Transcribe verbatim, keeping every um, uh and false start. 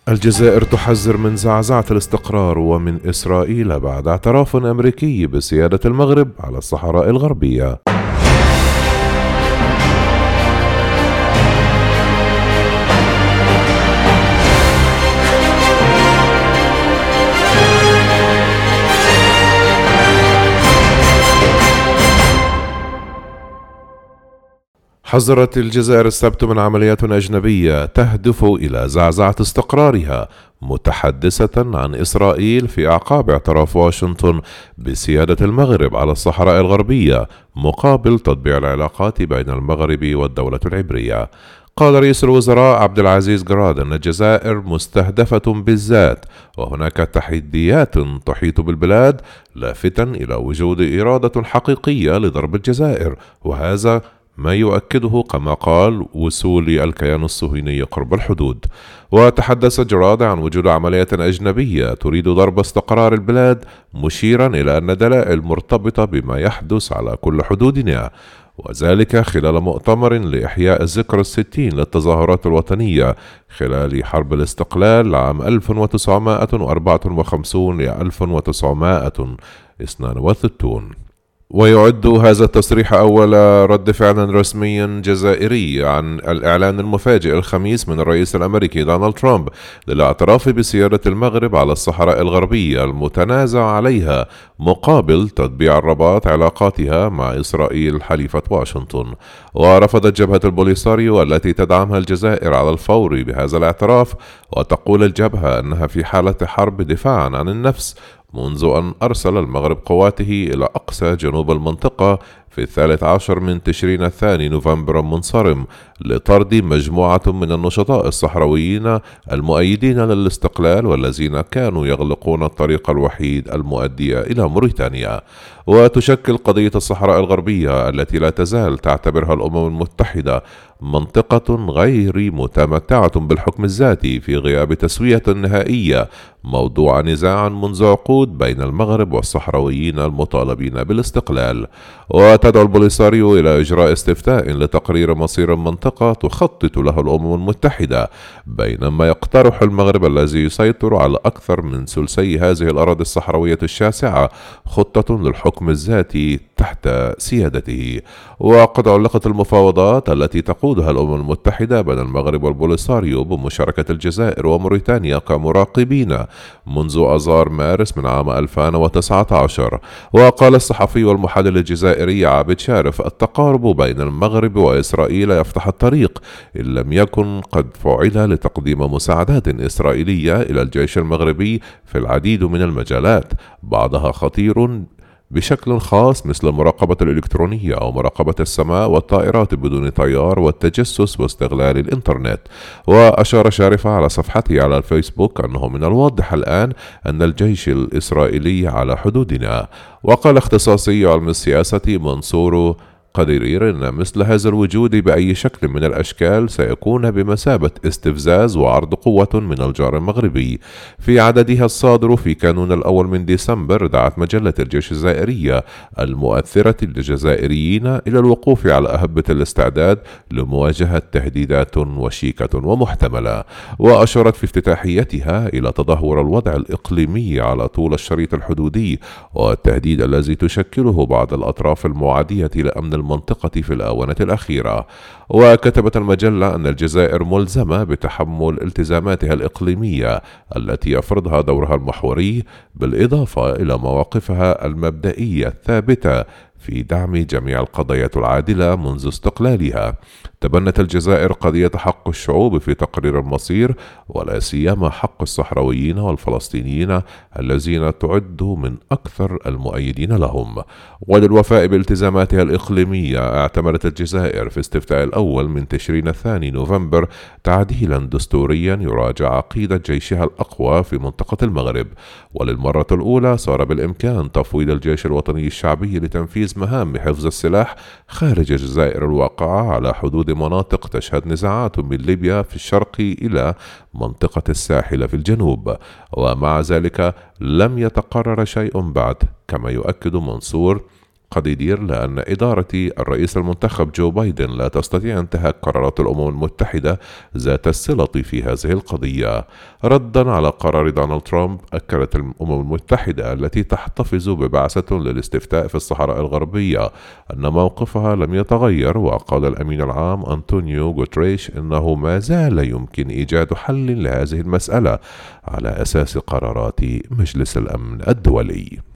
الجزائر تحذر من زعزعة الاستقرار ومن إسرائيل بعد اعتراف أمريكي بسيادة المغرب على الصحراء الغربية. حذرت الجزائر السبت من عمليات أجنبية تهدف إلى زعزعة استقرارها، متحدثة عن إسرائيل في أعقاب اعتراف واشنطن بسيادة المغرب على الصحراء الغربية مقابل تطبيع العلاقات بين المغرب والدولة العبرية. قال رئيس الوزراء عبد العزيز قراد أن الجزائر مستهدفة بالذات وهناك تحديات تحيط بالبلاد، لافتا إلى وجود إرادة حقيقية لضرب الجزائر، وهذا ما يؤكده كما قال وصول الكيان الصهيوني قرب الحدود. وتحدث جراد عن وجود عمليات أجنبية تريد ضرب استقرار البلاد، مشيرا إلى أن دلائل مرتبطة بما يحدث على كل حدودنا، وذلك خلال مؤتمر لإحياء الذكرى الستين للتظاهرات الوطنية خلال حرب الاستقلال عام ألف وتسعمائة وأربعة وخمسين ل ألف وتسعمائة واثنين وستين. ويعد هذا التصريح أول رد فعل رسمي جزائري عن الإعلان المفاجئ الخميس من الرئيس الأمريكي دونالد ترامب للاعتراف بسيادة المغرب على الصحراء الغربية المتنازع عليها مقابل تطبيع الرباط علاقاتها مع إسرائيل حليفة واشنطن. ورفضت جبهة البوليساريو التي تدعمها الجزائر على الفور بهذا الاعتراف، وتقول الجبهة أنها في حالة حرب دفاعا عن النفس منذ أن أرسل المغرب قواته إلى أقصى جنوب المنطقة في الثالث عشر من تشرين الثاني نوفمبر المنصرم لطرد مجموعة من النشطاء الصحراويين المؤيدين للاستقلال والذين كانوا يغلقون الطريق الوحيد المؤدي إلى موريتانيا. وتشكل قضية الصحراء الغربية التي لا تزال تعتبرها الأمم المتحدة منطقة غير متمتعة بالحكم الذاتي في غياب تسوية نهائية موضوع نزاع منذ عقود بين المغرب والصحراويين المطالبين بالاستقلال. وتدعو البوليساريو إلى إجراء استفتاء لتقرير مصير المنطقة تخطط له الأمم المتحدة، بينما يقترح المغرب الذي يسيطر على أكثر من ثلثي هذه الأراضي الصحراوية الشاسعة خطة للحكم الذاتي تحت سيادته. وقد علقت المفاوضات التي تقودها الأمم المتحدة بين المغرب والبوليساريو بمشاركة الجزائر وموريتانيا كمراقبين منذ آذار مارس من عام ألفين وتسعة عشر. وقال الصحفي والمحلل الجزائري عابد شارف: التقارب بين المغرب وإسرائيل يفتح الطريق إن لم يكن قد فعل لتقديم مساعدات إسرائيلية إلى الجيش المغربي في العديد من المجالات، بعضها خطير بشكل خاص مثل المراقبة الإلكترونية أو مراقبة السماء والطائرات بدون طيار والتجسس واستغلال الإنترنت. وأشار شارفة على صفحته على الفيسبوك أنه من الواضح الآن أن الجيش الإسرائيلي على حدودنا. وقال اختصاصي علم السياسة منصور قديرير أن مثل هذا الوجود بأي شكل من الأشكال سيكون بمثابة استفزاز وعرض قوة من الجار المغربي. في عددها الصادر في كانون الأول من ديسمبر، دعت مجلة الجيش الجزائرية المؤثرة للجزائريين إلى الوقوف على أهبة الاستعداد لمواجهة تهديدات وشيكة ومحتملة. وأشارت في افتتاحيتها إلى تدهور الوضع الإقليمي على طول الشريط الحدودي والتهديد الذي تشكله بعض الأطراف المعادية لأمن المنطقة في الآونة الأخيرة. وكتبت المجلة أن الجزائر ملزمة بتحمل التزاماتها الإقليمية التي يفرضها دورها المحوري، بالإضافة إلى مواقفها المبدئية الثابتة في دعم جميع القضايا العادلة منذ استقلالها. تبنت الجزائر قضية حق الشعوب في تقرير المصير، ولا سيما حق الصحراويين والفلسطينيين الذين تعد من أكثر المؤيدين لهم. وللوفاء بالتزاماتها الإقليمية، اعتمدت الجزائر في استفتاء الأول من تشرين الثاني نوفمبر تعديلا دستوريا يراجع عقيدة جيشها الأقوى في منطقة المغرب. وللمرة الأولى صار بالإمكان تفويض الجيش الوطني الشعبي لتنفيذ مهام حفظ السلاح خارج الجزائر الواقعة على حدود مناطق تشهد نزاعات من ليبيا في الشرق إلى منطقة الساحل في الجنوب. ومع ذلك لم يتقرر شيء بعد، كما يؤكد منصور قد يدير لأن إدارة الرئيس المنتخب جو بايدن لا تستطيع انتهاك قرارات الأمم المتحدة ذات الصلة في هذه القضية. ردا على قرار دونالد ترامب، أكدت الأمم المتحدة التي تحتفظ ببعثة للاستفتاء في الصحراء الغربية أن موقفها لم يتغير، وقال الأمين العام أنطونيو غوتريش إنه ما زال يمكن إيجاد حل لهذه المسألة على أساس قرارات مجلس الأمن الدولي.